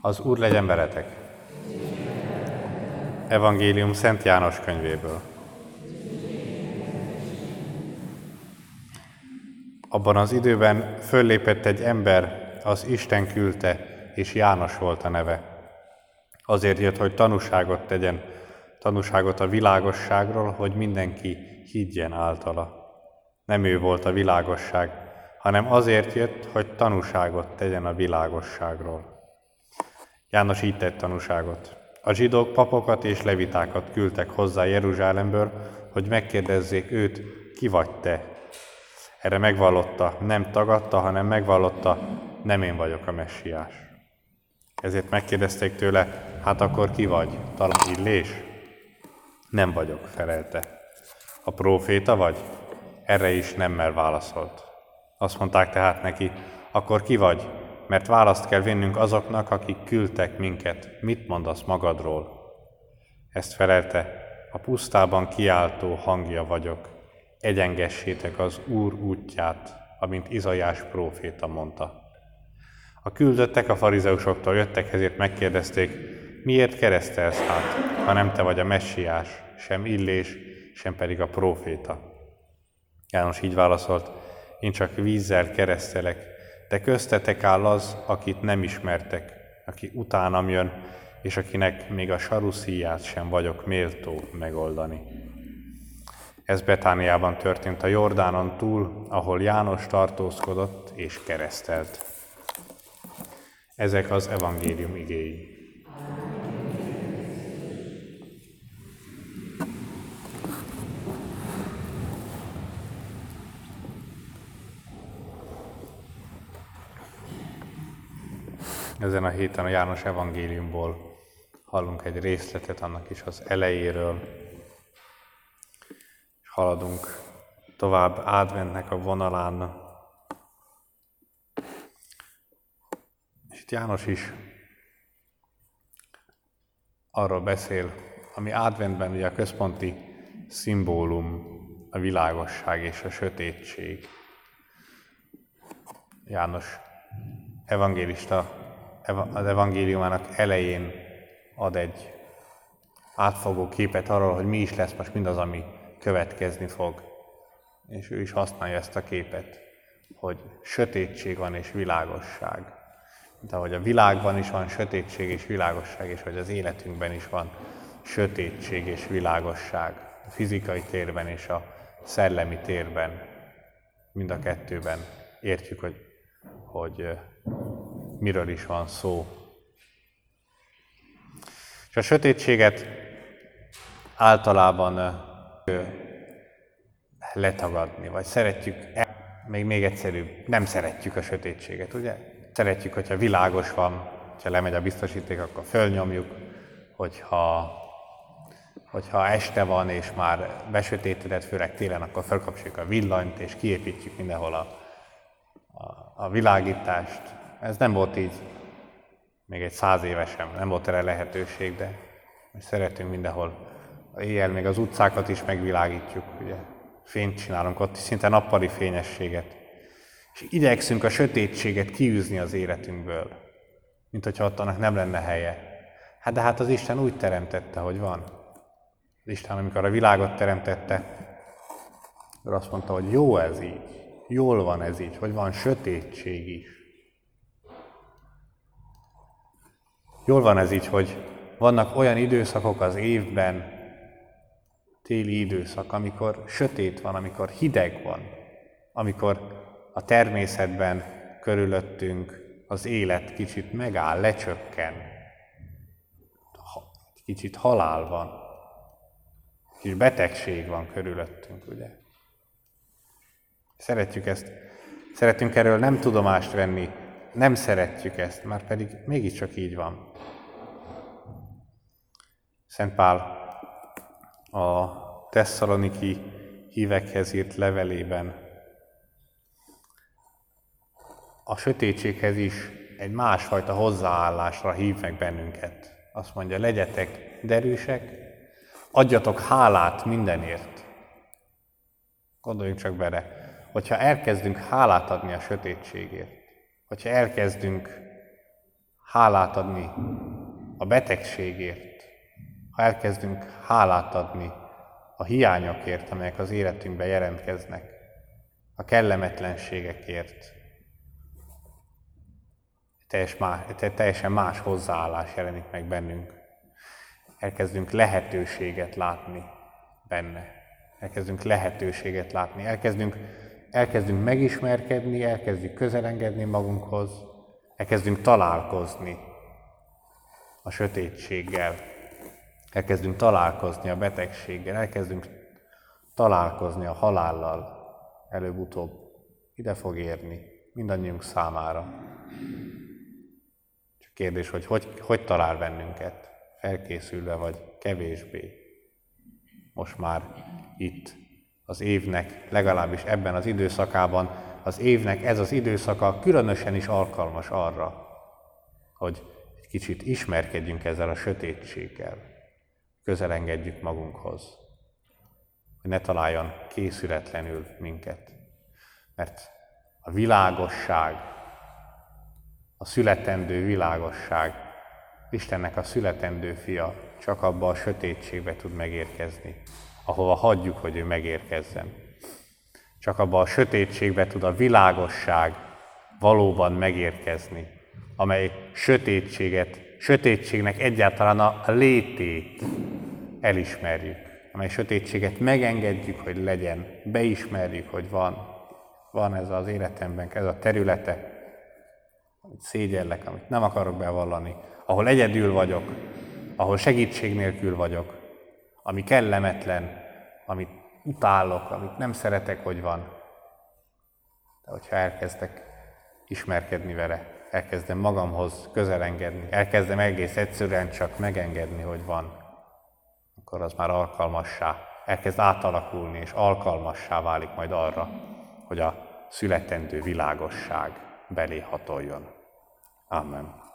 Az Úr legyen veletek! Evangélium Szent János könyvéből. Abban az időben föllépett egy ember, az Isten küldte, és János volt a neve. Azért jött, hogy tanúságot tegyen, tanúságot a világosságról, hogy mindenki higgyen általa. Nem ő volt a világosság, hanem azért jött, hogy tanúságot tegyen a világosságról. János így tett tanúságot. A zsidók papokat és levitákat küldtek hozzá Jeruzsálemből, hogy megkérdezzék őt, ki vagy te? Erre megvallotta, nem tagadta, hanem megvallotta, nem én vagyok a messiás. Ezért megkérdezték tőle, hát akkor ki vagy? Talán Illés? Nem vagyok, felelte. A próféta vagy? Erre is nemmel válaszolt. Azt mondták tehát neki, akkor ki vagy? Mert választ kell vennünk azoknak, akik küldtek minket. Mit mondasz magadról? Ezt felelte, a pusztában kiáltó hangja vagyok. Egyengessétek az Úr útját, amint Izaiás próféta mondta. A küldöttek a farizeusoktól jöttek, ezért megkérdezték, miért keresztelsz hát, ha nem te vagy a messiás, sem Illés, sem pedig a próféta? János így válaszolt, én csak vízzel keresztelek, de köztetek áll az, akit nem ismertek, aki utánam jön, és akinek még a saruszíját sem vagyok méltó megoldani. Ez Betániában történt a Jordánon túl, ahol János tartózkodott és keresztelt. Ezek az evangélium igéi. Ezen a héten a János evangéliumból hallunk egy részletet, annak is az elejéről, és haladunk tovább adventnek a vonalán. És itt János is arról beszél, ami adventben ugye a központi szimbólum, a világosság és a sötétség. János evangélista az evangéliumának elején ad egy átfogó képet arról, hogy mi is lesz most mindaz, ami következni fog. És ő is használja ezt a képet, hogy sötétség van és világosság. De hogy a világban is van sötétség és világosság, és hogy az életünkben is van sötétség és világosság. A fizikai térben és a szellemi térben, mind a kettőben értjük, hogy miről is van szó. És a sötétséget általában letagadni, vagy szeretjük, még egyszerűbb, nem szeretjük a sötétséget, ugye? Szeretjük, hogyha világos van, hogyha lemegy a biztosíték, akkor fölnyomjuk, hogyha este van és már besötétedett, főleg télen, akkor felkapcsoljuk a villanyt és kiépítjük mindenhol a világítást. Ez nem volt így, még egy 100 éve sem, nem volt erre lehetőség, de most szeretünk mindenhol. Éjjel még az utcákat is megvilágítjuk, ugye? Fényt csinálunk ott, szinte nappali fényességet. És igyekszünk a sötétséget kiűzni az életünkből, mint hogyha ott annak nem lenne helye. Hát de hát az Isten úgy teremtette, hogy van. Az Isten, amikor a világot teremtette, akkor azt mondta, hogy jó ez így, jól van ez így, hogy van sötétség is. Jól van ez így, hogy vannak olyan időszakok az évben, téli időszak, amikor sötét van, amikor hideg van, amikor a természetben körülöttünk az élet kicsit megáll, lecsökken, kicsit halál van, kis betegség van körülöttünk, ugye? Szeretjük ezt, szeretünk erről nem tudomást venni, nem szeretjük ezt, már pedig mégiscsak így van. Szent Pál a tesszaloniki hívekhez írt levelében a sötétséghez is egy másfajta hozzáállásra hív meg bennünket. Azt mondja, legyetek derűsek, adjatok hálát mindenért. Gondoljunk csak bele, hogyha elkezdünk hálát adni a sötétségért, hogyha elkezdünk hálát adni a betegségért, ha elkezdünk hálát adni a hiányokért, amelyek az életünkben jelentkeznek, a kellemetlenségekért, teljesen más hozzáállás jelenik meg bennünk. Elkezdünk lehetőséget látni benne. Elkezdünk lehetőséget látni. Elkezdünk megismerkedni, elkezdjük közelengedni magunkhoz, elkezdünk találkozni a sötétséggel, elkezdünk találkozni a betegséggel, elkezdünk találkozni a halállal, előbb-utóbb ide fog érni mindannyiunk számára. Csak kérdés, hogy talál bennünket, felkészülve vagy kevésbé. Most már itt az évnek, legalábbis ebben az időszakában, az évnek ez az időszaka különösen is alkalmas arra, hogy egy kicsit ismerkedjünk ezzel a sötétséggel, közelengedjük magunkhoz, hogy ne találjon készületlenül minket. Mert a világosság, a születendő világosság, Istennek a születendő fia csak abba a sötétségbe tud megérkezni, ahova hagyjuk, hogy ő megérkezzen. Csak abba a sötétségbe tud a világosság valóban megérkezni, amely sötétségnek egyáltalán a létét elismerjük, amely sötétséget megengedjük, hogy legyen, beismerjük, hogy van ez az életemben, ez a területe, amit szégyellek, amit nem akarok bevallani, ahol egyedül vagyok, ahol segítség nélkül vagyok, ami kellemetlen, amit utálok, amit nem szeretek, hogy van. De hogyha elkezdek ismerkedni vele, elkezdem magamhoz közelengedni, elkezdem egész egyszerűen csak megengedni, hogy van, akkor az már elkezd átalakulni, és alkalmassá válik majd arra, hogy a születendő világosság belé hatoljon. Amen.